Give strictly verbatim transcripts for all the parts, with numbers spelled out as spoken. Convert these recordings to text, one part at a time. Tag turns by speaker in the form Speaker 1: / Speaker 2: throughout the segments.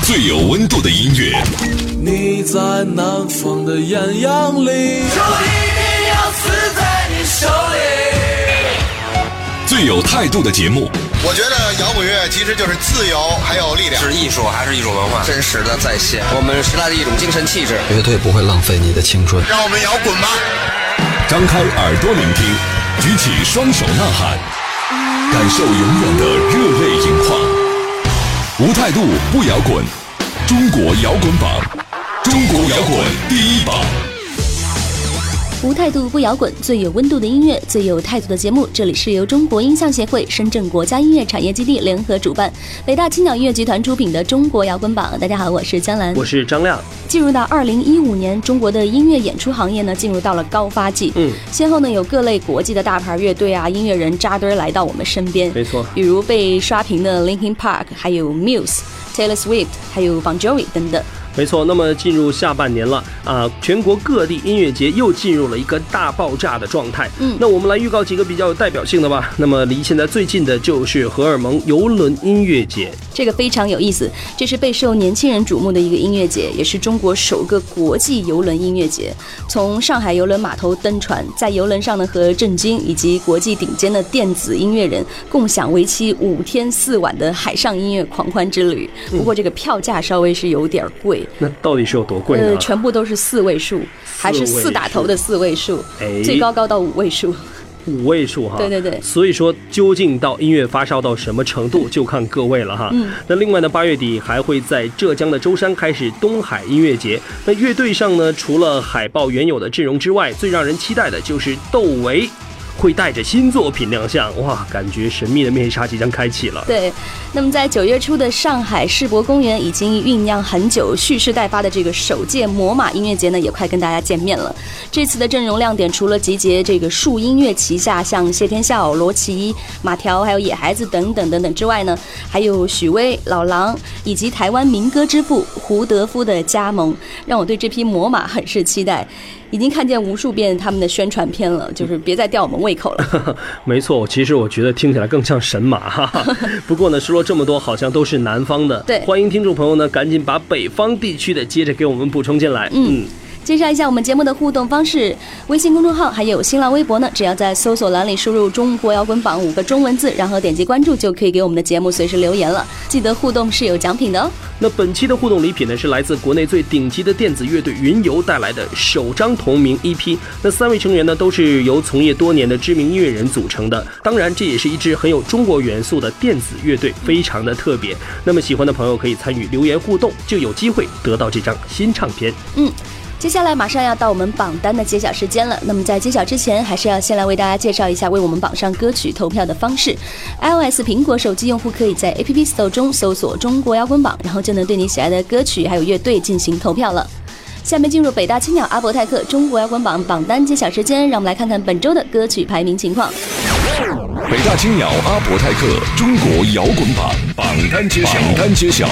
Speaker 1: 最有温度的音乐。
Speaker 2: 你在南方的艳阳里，就一定要死在你手里。
Speaker 1: 最有态度的节目。
Speaker 3: 我觉得摇滚乐其实就是自由还有力量，
Speaker 4: 是艺术还是一种文化，真实的再现我们时代的一种精神气质，
Speaker 5: 绝对不会浪费你的青春。
Speaker 3: 让我们摇滚吧！
Speaker 1: 张开耳朵聆听，举起双手呐喊，感受永远的热泪盈眶。无态度不摇滚，中国摇滚榜，中国摇滚第一榜。
Speaker 6: 无态度不摇滚，最有温度的音乐，最有态度的节目。这里是由中国音像协会、深圳国家音乐产业基地联合主办，北大青鸟音乐集团出品的中国摇滚榜。大家好，我是江兰，
Speaker 7: 我是张亮。
Speaker 6: 进入到二零一五年，中国的音乐演出行业呢进入到了高发季。嗯，先后呢有各类国际的大牌乐队啊、音乐人扎堆来到我们身边。
Speaker 7: 没错，
Speaker 6: 比如被刷屏的 Linkin Park， 还有 Muse、Taylor Swift， 还有 Bon Jovi 等等。
Speaker 7: 没错，那么进入下半年了啊，全国各地音乐节又进入了一个大爆炸的状态。嗯，那我们来预告几个比较有代表性的吧。那么离现在最近的就是荷尔蒙邮轮音乐节，
Speaker 6: 这个非常有意思，这是备受年轻人瞩目的一个音乐节，也是中国首个国际邮轮音乐节。从上海邮轮码头登船，在邮轮上呢和郑钧以及国际顶尖的电子音乐人共享为期五天四晚的海上音乐狂欢之旅。不过这个票价稍微是有点贵。
Speaker 7: 那到底是有多贵呢？
Speaker 6: 呃，全部都是四位数，还是四打头的四位数，哎，最高高到五位数。
Speaker 7: 五位数哈，
Speaker 6: 对对对，
Speaker 7: 所以说究竟到音乐发烧到什么程度，就看各位了哈。嗯，那另外呢，八月底还会在浙江的舟山开始东海音乐节。那乐队上呢，除了海报原有的阵容之外，最让人期待的就是窦唯会带着新作品亮相，哇，感觉神秘的面纱即将开启了。
Speaker 6: 对，那么在九月初的上海世博公园已经酝酿很久、蓄势待发的这个首届魔马音乐节呢，也快跟大家见面了。这次的阵容亮点除了集结这个树音乐旗下像谢天笑、罗琦、马条还有野孩子等等等等之外呢，还有许巍、老狼以及台湾民歌之父胡德夫的加盟，让我对这批魔马很是期待。已经看见无数遍他们的宣传片了，就是别再吊我们胃口了。
Speaker 7: 没错，其实我觉得听起来更像神马哈哈。不过呢，说了这么多，好像都是南方的。
Speaker 6: 对，
Speaker 7: 欢迎听众朋友呢，赶紧把北方地区的接着给我们补充进来。嗯。嗯，
Speaker 6: 介绍一下我们节目的互动方式，微信公众号还有新浪微博呢，只要在搜索栏里输入中国摇滚榜五个中文字，然后点击关注，就可以给我们的节目随时留言了。记得互动是有奖品的哦。
Speaker 7: 那本期的互动礼品呢，是来自国内最顶级的电子乐队云游带来的首张同名 E P。那三位成员呢，都是由从业多年的知名音乐人组成的，当然这也是一支很有中国元素的电子乐队，非常的特别。那么喜欢的朋友可以参与留言互动，就有机会得到这张新唱片。
Speaker 6: 嗯。接下来马上要到我们榜单的揭晓时间了，那么在揭晓之前，还是要先来为大家介绍一下为我们榜上歌曲投票的方式。iOS 苹果手机用户可以在 A P P Store 中搜索中国摇滚榜，然后就能对你喜爱的歌曲还有乐队进行投票了。下面进入北大青鸟阿伯泰克中国摇滚榜榜单揭晓时间，让我们来看看本周的歌曲排名情况。
Speaker 1: 北大青鸟阿伯泰克中国摇滚榜榜单揭晓，榜单揭晓。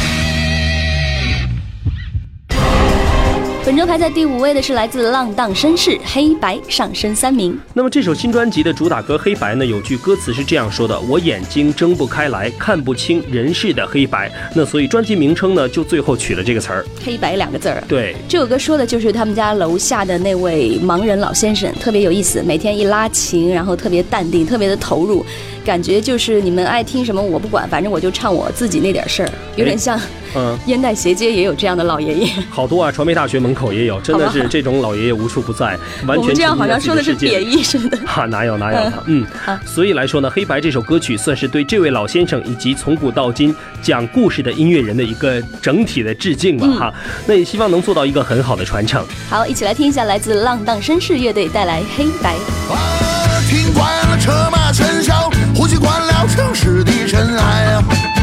Speaker 6: 本周排在第五位的是来自浪荡绅士黑白，上升三名。
Speaker 7: 那么这首新专辑的主打歌黑白呢，有句歌词是这样说的：我眼睛睁不开来，看不清人世的黑白。那所以专辑名称呢，就最后取了这个词儿，
Speaker 6: 黑白两个字儿。
Speaker 7: 对，
Speaker 6: 这首歌说的就是他们家楼下的那位盲人老先生，特别有意思，每天一拉琴，然后特别淡定，特别的投入，感觉就是你们爱听什么我不管，反正我就唱我自己那点事儿，有点像嗯，烟袋斜街也有这样的老爷爷，
Speaker 7: 好多啊，传媒大学门口也有，真的是这种老爷爷无处不在，完全我
Speaker 6: 们这样好像说的是贬义似的，
Speaker 7: 哈、啊，哪有哪有的，嗯，嗯所以来说呢，黑白这首歌曲算是对这位老先生以及从古到今讲故事的音乐人的一个整体的致敬吧，哈、嗯，那也希望能做到一个很好的传承。
Speaker 6: 好，一起来听一下来自浪荡绅士乐队带来黑白。
Speaker 8: 啊，听惯了车马喧嚣，呼吸惯了城市的尘埃啊。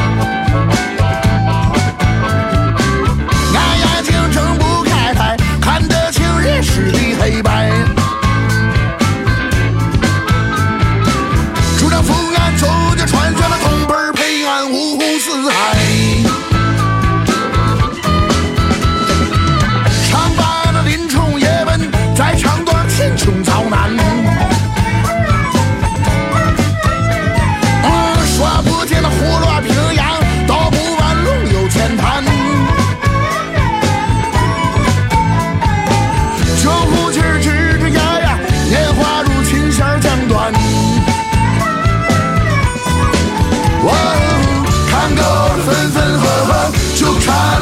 Speaker 8: 是的黑白，主张伏案，周家传下了铜本培安，五湖四海，唱罢了林冲叶问，再唱段秦琼遭难，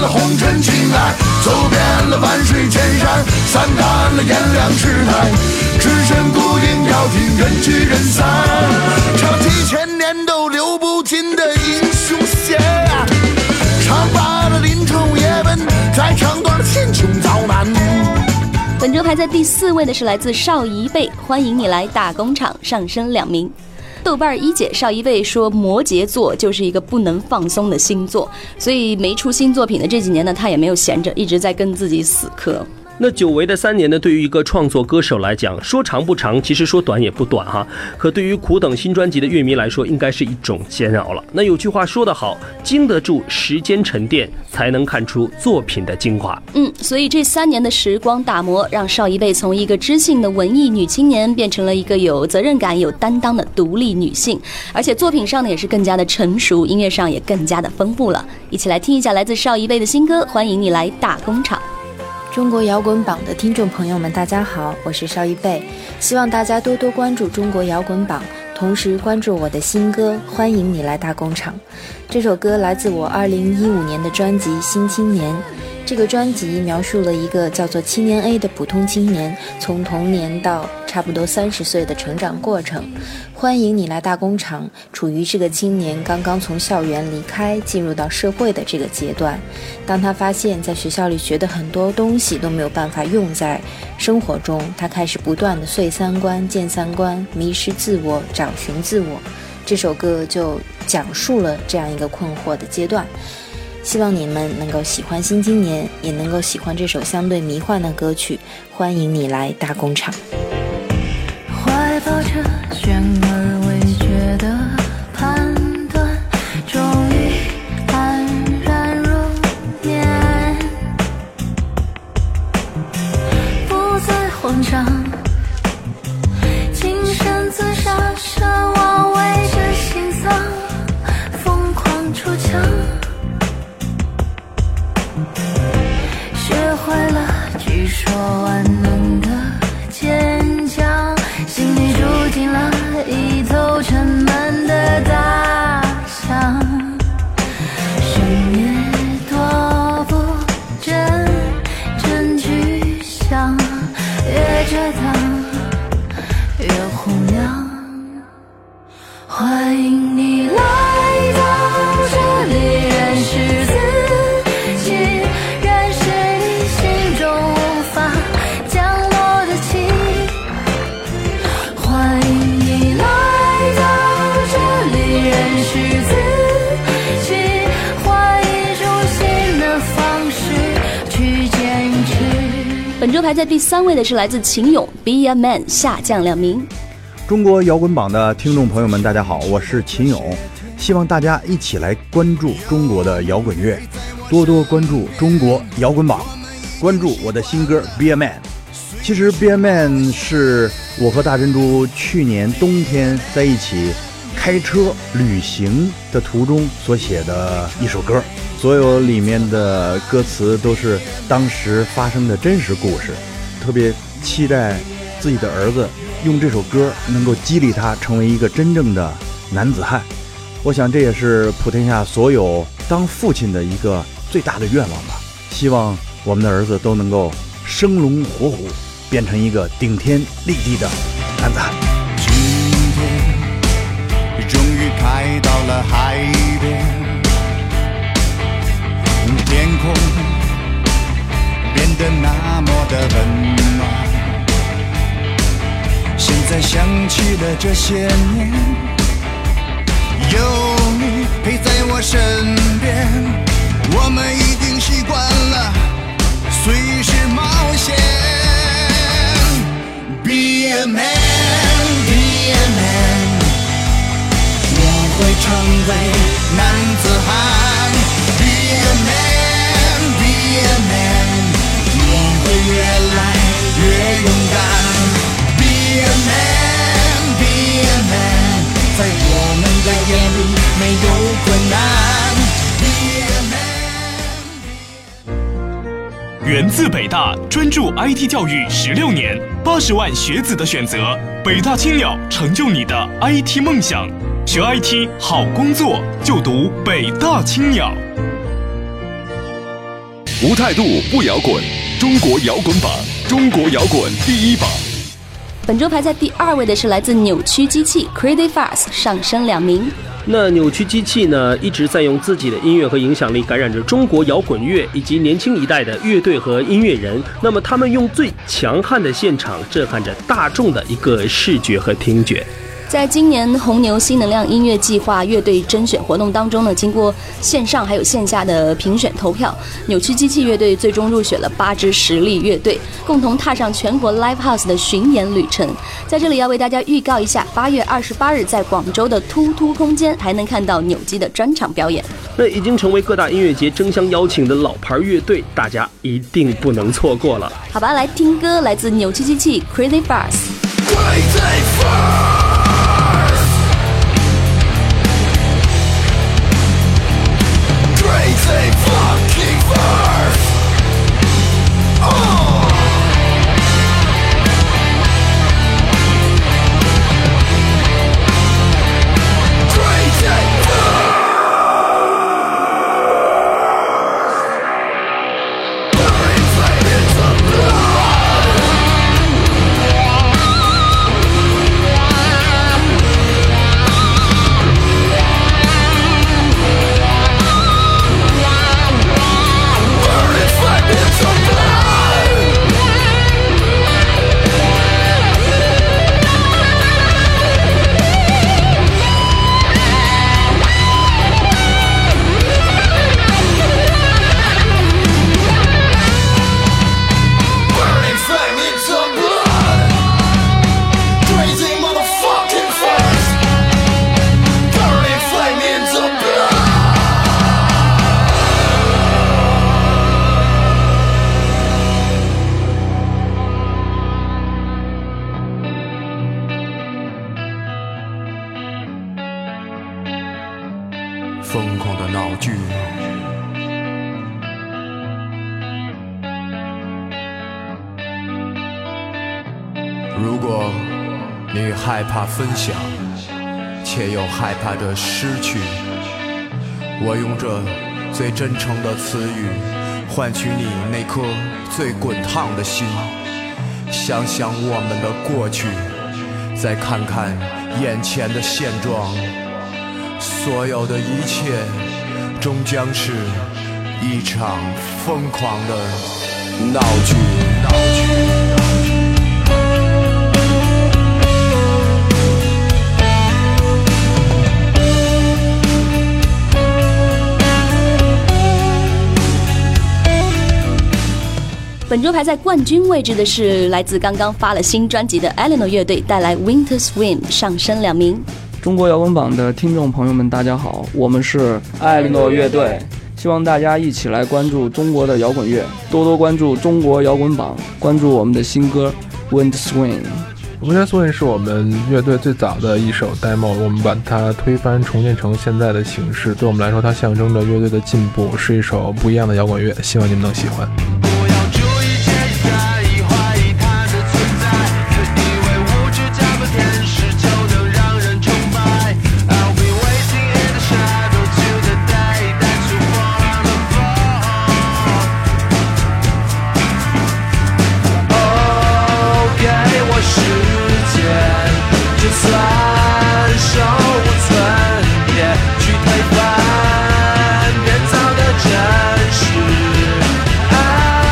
Speaker 8: 了红尘情爱，走遍了万水千山，散淡了炎凉世态，只身孤影飘停，人聚人散，唱几千年都流不尽的英雄血，唱罢了林冲叶问，再唱断了秦琼遭难。
Speaker 6: 本周排在第四位的是来自邵一贝，欢迎你来大工厂，上升两名。豆瓣一姐邵一贝说，摩羯座就是一个不能放松的星座，所以没出新作品的这几年呢，他也没有闲着，一直在跟自己死磕。
Speaker 7: 那久违的三年呢，对于一个创作歌手来讲，说长不长，其实说短也不短哈。可对于苦等新专辑的乐迷来说，应该是一种煎熬了。那有句话说得好，经得住时间沉淀，才能看出作品的精华。
Speaker 6: 嗯，所以这三年的时光打磨，让邵一贝从一个知性的文艺女青年，变成了一个有责任感、有担当的独立女性，而且作品上呢也是更加的成熟，音乐上也更加的丰富了。一起来听一下来自邵一贝的新歌，欢迎你来大工厂。
Speaker 9: 中国摇滚榜的听众朋友们大家好，我是邵一贝，希望大家多多关注中国摇滚榜，同时关注我的新歌欢迎你来大工厂。这首歌来自我二零一五年的专辑新青年，这个专辑描述了一个叫做青年 A 的普通青年从童年到差不多三十岁的成长过程。欢迎你来大工厂处于这个青年刚刚从校园离开进入到社会的这个阶段，当他发现在学校里学的很多东西都没有办法用在生活中，他开始不断的碎三观建三观，迷失自我找寻自我。这首歌就讲述了这样一个困惑的阶段，希望你们能够喜欢新青年，也能够喜欢这首相对迷幻的歌曲，欢迎你来大工厂。
Speaker 10: 怀抱着悬而未决的判断，终于安然入眠，不再慌张，精神自杀，奢望围着心脏疯狂出墙，学会了据说万能的坚强，心里住进了一头沉闷的大象，生灭多不真真具象，越折腾越洪亮。欢迎你来到这里，认识自己，认识你心中无法降落的情。欢迎你来到这里，认识自己，换一种新的方式去坚持。
Speaker 6: 本周排在第三位的是来自秦勇 Be a Man， 下降两名。
Speaker 11: 中国摇滚榜的听众朋友们大家好，我是秦勇，希望大家一起来关注中国的摇滚乐，多多关注中国摇滚榜，关注我的新歌 Be a Man。 其实 Be a Man 是我和大珍珠去年冬天在一起开车旅行的途中所写的一首歌，所有里面的歌词都是当时发生的真实故事，特别期待自己的儿子用这首歌能够激励他成为一个真正的男子汉。我想这也是普天下所有当父亲的一个最大的愿望吧，希望我们的儿子都能够生龙活虎，变成一个顶天立地的男子汉。
Speaker 8: 今天终于开到了海边，天空变得那么的温暖，现在想起了这些年，有你陪在我身边，我们已经习惯了随时冒险。 Be a man, be a man， 我会成为男子汉。 Be a man, be a man， 我会越来越勇敢。 Be a man, be a man， 在我们的眼里没有困难。 Be a man，
Speaker 12: 源自北大，专注 I T 教育十六年，八十万学子的选择，北大青鸟成就你的 I T 梦想。学 I T 好工作，就读北大青鸟。
Speaker 1: 无态度不摇滚，中国摇滚榜，中国摇滚第一榜。
Speaker 6: 本周排在第二位的是来自扭曲机器 Crazy Fast 上升两名。
Speaker 7: 那扭曲机器呢，一直在用自己的音乐和影响力感染着中国摇滚乐以及年轻一代的乐队和音乐人。那么他们用最强悍的现场震撼着大众的一个视觉和听觉。
Speaker 6: 在今年红牛新能量音乐计划乐队甄选活动当中呢，经过线上还有线下的评选投票，扭曲机器乐队最终入选了八支实力乐队，共同踏上全国 Live House 的巡演旅程。在这里要为大家预告一下，八月二十八日在广州的突突空间还能看到扭机的专场表演。
Speaker 7: 那已经成为各大音乐节争相邀请的老牌乐队，大家一定不能错过了。
Speaker 6: 好吧，来听歌，来自扭曲机器 Crazy Fast。Crazy
Speaker 2: Fast。Crazy fucking fast. Oh. Crazy fast. Burning flame into blood.
Speaker 13: 疯狂的闹剧，如果你害怕分享，且又害怕着失去，我用这最真诚的词语换取你那颗最滚烫的心。想想我们的过去，再看看眼前的现状，所有的一切终将是一场疯狂的闹剧。闹剧。
Speaker 6: 本周排在冠军位置的是来自刚刚发了新专辑的 Eleanor 乐队，带来 Winter Swim 上升两名。
Speaker 14: 中国摇滚榜的听众朋友们大家好，我们是艾莉诺乐队，希望大家一起来关注中国的摇滚乐，多多关注中国摇滚榜，关注我们的新歌 Winter Swim。Winter
Speaker 15: Swim 是我们乐队最早的一首 demo， 我们把它推翻重建成现在的形式，对我们来说它象征着乐队的进步，是一首不一样的摇滚乐，希望你们能喜欢。
Speaker 2: 啊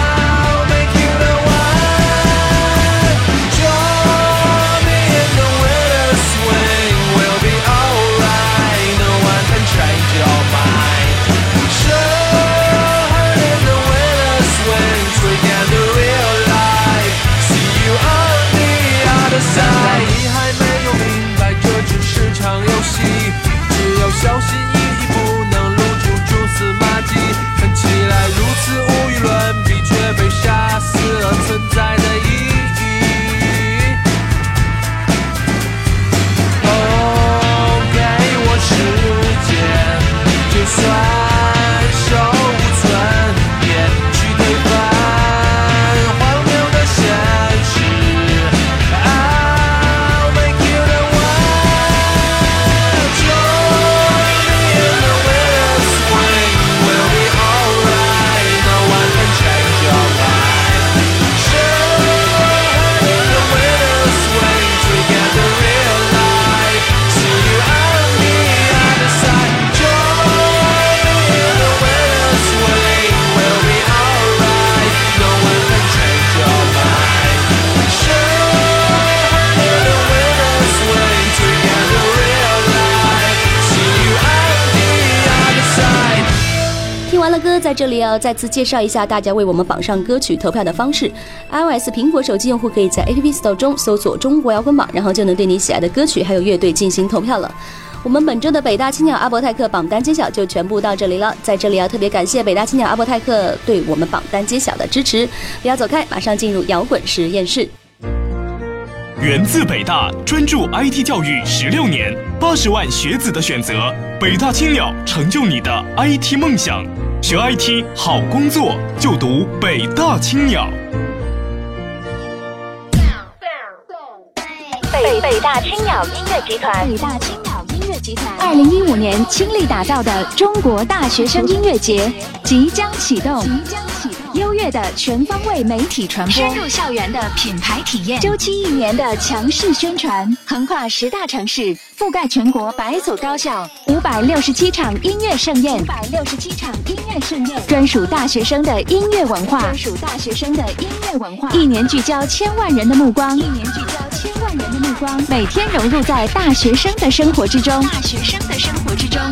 Speaker 6: 哥在这里要再次介绍一下大家为我们榜上歌曲投票的方式。 iOS 苹果手机用户可以在 A P P Store 中搜索中国摇滚榜，然后就能对你喜爱的歌曲还有乐队进行投票了。我们本周的北大青鸟阿伯泰克榜单揭晓就全部到这里了，在这里要特别感谢北大青鸟阿伯泰克对我们榜单揭晓的支持。不要走开，马上进入摇滚实验室。
Speaker 12: 源自北大，专注 I T 教育十六年，八十万学子的选择，北大青鸟成就你的 I T 梦想。学 I T 好工作，就读北大青鸟。
Speaker 16: 北北大青鸟音乐集团，北大青鸟音乐集团，二零一五年倾力打造的中国大学生音乐节即将启动。即将启动。优越的全方位媒体传播，深入校园的品牌体验，周期一年的强势宣传，横跨十大城市，覆盖全国百所高校，五百六十七场音乐盛宴，五百六十七场音乐盛宴，专属大学生的音乐文化，专属大学生的音乐文化，一年聚焦千万人的目光，一年聚焦千万人的目光，每天融入在大学生的生活之中，大学生的生活之中。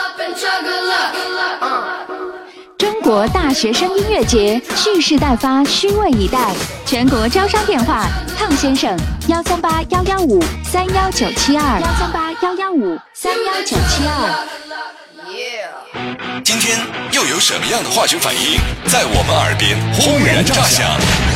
Speaker 16: 中国大学生音乐节蓄势待发，虚位以待。全国招商电话：汤先生幺三八幺幺五三幺九七二幺三八幺幺五三幺九七二。
Speaker 1: 今天又有什么样的化学反应在我们耳边轰然炸响？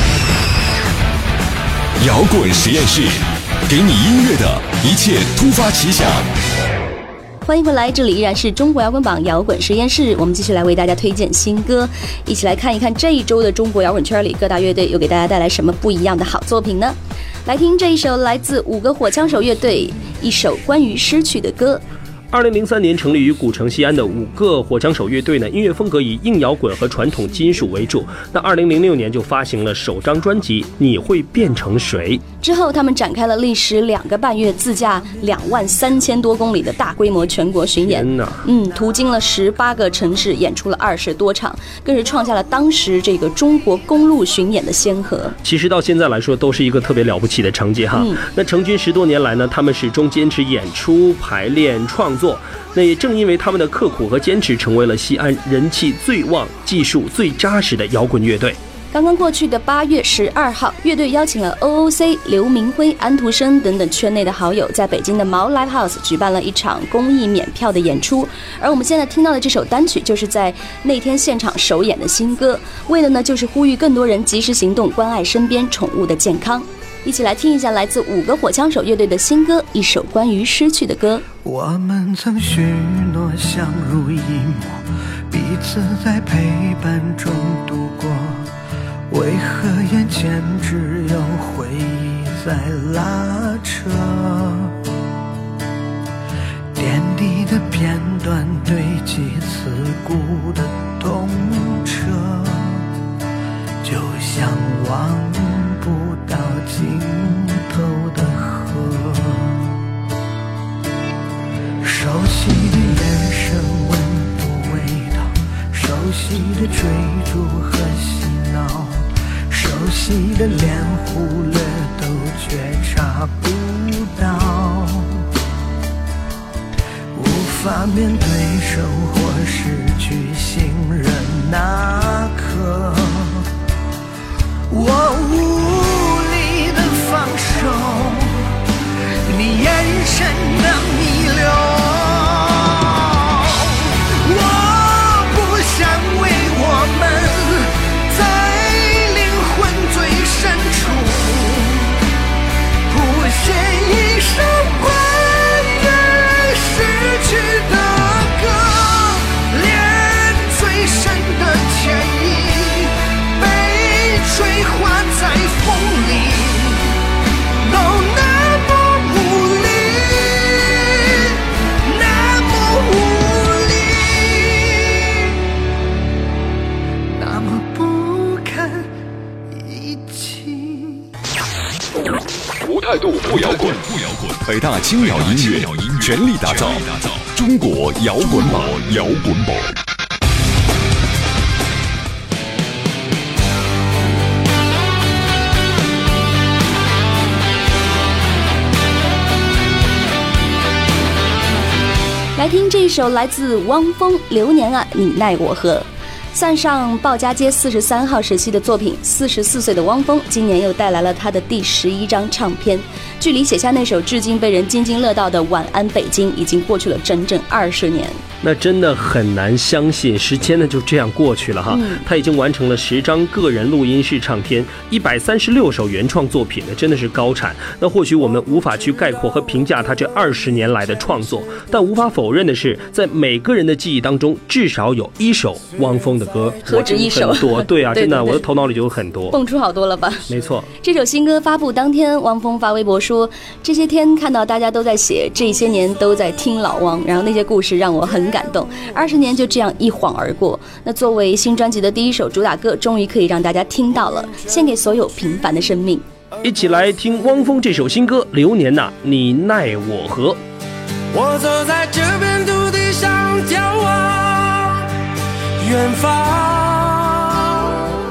Speaker 1: 摇滚实验室，给你音乐的一切突发奇想。
Speaker 6: 欢迎回来，这里依然是中国摇滚榜摇滚实验室，我们继续来为大家推荐新歌，一起来看一看这一周的中国摇滚圈里各大乐队又给大家带来什么不一样的好作品呢？来听这一首来自五个火枪手乐队，一首关于失去的歌。
Speaker 7: 二零零三年成立于古城西安的五个火枪手乐队呢，音乐风格以硬摇滚和传统金属为主。那二零零六年就发行了首张专辑《你会变成谁》。
Speaker 6: 之后，他们展开了历时两个半月、自驾两万三千多公里的大规模全国巡演。嗯，途经了十八个城市，演出了二十多场，更是创下了当时这个中国公路巡演的先河。
Speaker 7: 其实到现在来说，都是一个特别了不起的成绩哈。嗯、那成军十多年来呢，他们始终坚持演出、排练、创作。那也正因为他们的刻苦和坚持，成为了西安人气最旺、技术最扎实的摇滚乐队。
Speaker 6: 刚刚过去的八月十二号，乐队邀请了 O O C、刘明辉、安徒生等等圈内的好友，在北京的毛 Live House 举办了一场公益免票的演出。而我们现在听到的这首单曲，就是在那天现场首演的新歌，为的呢就是呼吁更多人及时行动，关爱身边宠物的健康。一起来听一下来自五个火枪手乐队的新歌，一首关于失去的歌。
Speaker 8: 我们曾许诺相濡以沫，彼此在陪伴中度过，为何眼前只有回忆在拉扯？点滴的片段堆积刺骨的痛彻，就像忘不到尽头的河。熟悉的眼神，温度味道，熟悉的追逐和洗脑，熟悉的连忽略都觉察不到，无法面对生活失去信任那刻，我无力的放手你眼神的弥留，我不想为我们在灵魂最深处谱写一首关于失去的歌，连最深的歉意被吹化在风里，都那么无力，那么无力，那么不堪一击。
Speaker 1: 无态度不摇滚，北大青鸟音乐全力打造中国摇滚榜，摇滚榜。
Speaker 6: 来听这一首来自汪峰《流年啊，你奈我何》。 算上鲍家街四十三号时期的作品，四十四岁的汪峰今年又带来了他的第十一张唱片。距离写下那首至今被人津津乐道的《晚安北京》已经过去了整整二十年。
Speaker 7: 那真的很难相信，时间呢就这样过去了哈。嗯、他已经完成了十张个人录音室唱片，一百三十六首原创作品呢，真的是高产。那或许我们无法去概括和评价他这二十年来的创作，但无法否认的是，在每个人的记忆当中，至少有一首汪峰的歌。
Speaker 6: 何止一首？
Speaker 7: 很多，对啊，
Speaker 6: 对对对，
Speaker 7: 真的，我的头脑里就有很多，
Speaker 6: 蹦出好多了吧？
Speaker 7: 没错。
Speaker 6: 这首新歌发布当天，汪峰发微博说：“这些天看到大家都在写，这些年都在听老汪，然后那些故事让我很感动。二十年就这样一晃而过。那作为新专辑的第一首主打歌，终于可以让大家听到了，献给所有平凡的生命。”
Speaker 7: 一起来听汪峰这首新歌《流年呐、啊，你奈我何》。
Speaker 2: 我走在这片土地上，眺望远方。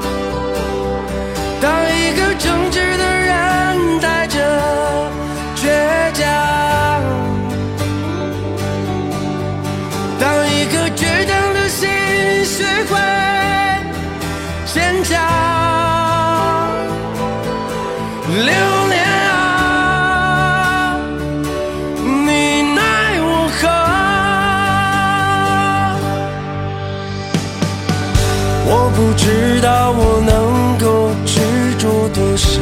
Speaker 2: 当一个正直的人带着倔强，当一颗倔强的心学会坚强。流年啊，你奈我何？我不知道我能够执着多深，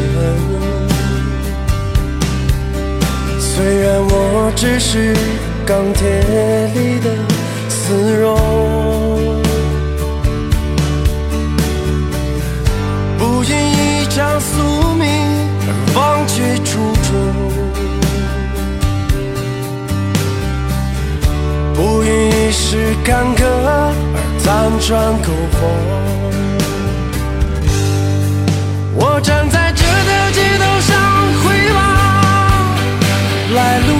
Speaker 2: 虽然我只是钢铁里的丝绒，不因一场宿命忘却初衷，不因一时坎坷而辗转苟活。我站在这条街道上回望来路，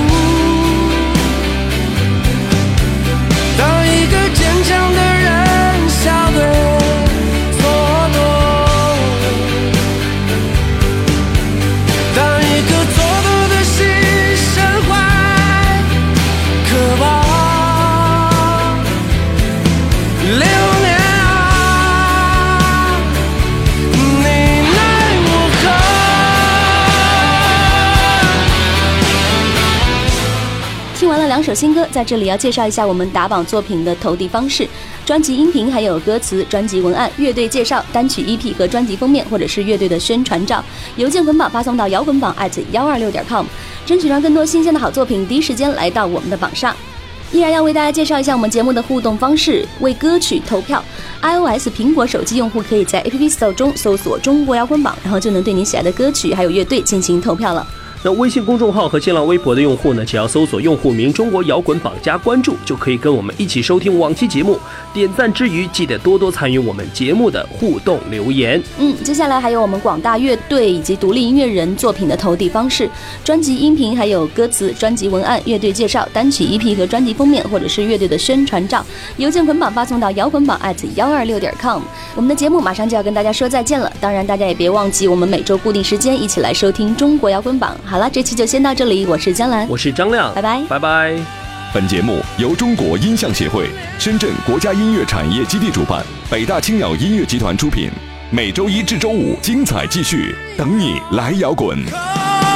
Speaker 2: 当一个坚强的人笑对
Speaker 6: 两首新歌，在这里要介绍一下我们打榜作品的投递方式：专辑音频、还有歌词、专辑文案、乐队介绍、单曲 E P 和专辑封面，或者是乐队的宣传照，邮件捆绑发送到摇滚榜 at 一二六点 com， 争取让更多新鲜的好作品第一时间来到我们的榜上。依然要为大家介绍一下我们节目的互动方式，为歌曲投票。iOS 苹果手机用户可以在 App Store 中搜索中国摇滚榜，然后就能对你喜爱的歌曲还有乐队进行投票了。
Speaker 7: 那微信公众号和新浪微博的用户呢，只要搜索用户名中国摇滚榜加关注，就可以跟我们一起收听往期节目。点赞之余，记得多多参与我们节目的互动留言。
Speaker 6: 嗯，接下来还有我们广大乐队以及独立音乐人作品的投递方式：专辑音频、还有歌词、专辑文案、乐队介绍、单曲 E P 和专辑封面，或者是乐队的宣传照，邮件捆绑发送到摇滚榜 at 一二六点 com。我们的节目马上就要跟大家说再见了，当然大家也别忘记我们每周固定时间一起来收听中国摇滚榜。好了，这期就先到这里，我是江兰，
Speaker 7: 我是张亮，
Speaker 6: 拜拜，
Speaker 7: 拜拜。
Speaker 1: 本节目由中国音像协会、深圳国家音乐产业基地主办，北大青鸟音乐集团出品。每周一至周五精彩继续，等你来摇滚。